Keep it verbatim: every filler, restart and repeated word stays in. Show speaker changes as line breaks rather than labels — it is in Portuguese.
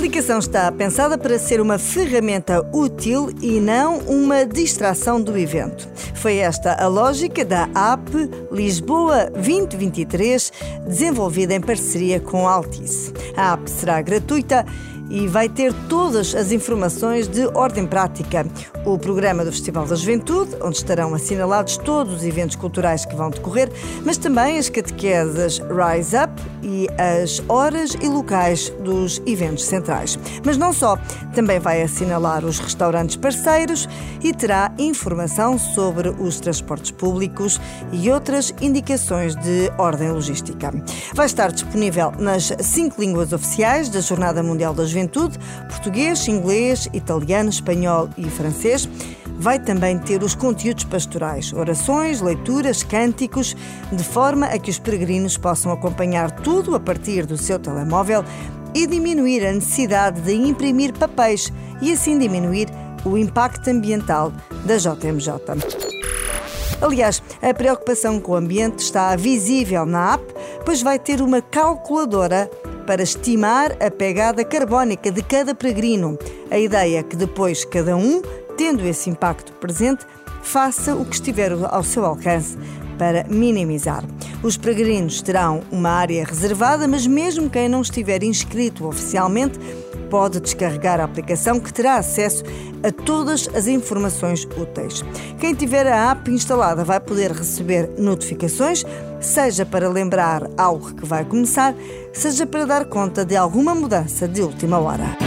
aplicação está pensada para ser uma ferramenta útil e não uma distração do evento. Foi esta a lógica da app Lisboa vinte vinte e três, desenvolvida em parceria com a Altice. A app será gratuita e vai ter todas as informações de ordem prática. O programa do Festival da Juventude, onde estarão assinalados todos os eventos culturais que vão decorrer, mas também as catequeses Rise Up e as horas e locais dos eventos centrais. Mas não só, também vai assinalar os restaurantes parceiros e terá informação sobre os transportes públicos e outras indicações de ordem logística. Vai estar disponível nas cinco línguas oficiais da Jornada Mundial da Juventude: português, inglês, italiano, espanhol e francês. Vai também ter os conteúdos pastorais, orações, leituras, cânticos, de forma a que os peregrinos possam acompanhar tudo a partir do seu telemóvel e diminuir a necessidade de imprimir papéis e assim diminuir o impacto ambiental da J M J. Aliás, a preocupação com o ambiente está visível na app, pois vai ter uma calculadora para estimar a pegada carbónica de cada peregrino. A ideia é que depois cada um, tendo esse impacto presente, faça o que estiver ao seu alcance para minimizar. Os peregrinos terão uma área reservada, mas mesmo quem não estiver inscrito oficialmente pode descarregar a aplicação, que terá acesso a todas as informações úteis. Quem tiver a app instalada vai poder receber notificações, seja para lembrar algo que vai começar, seja para dar conta de alguma mudança de última hora.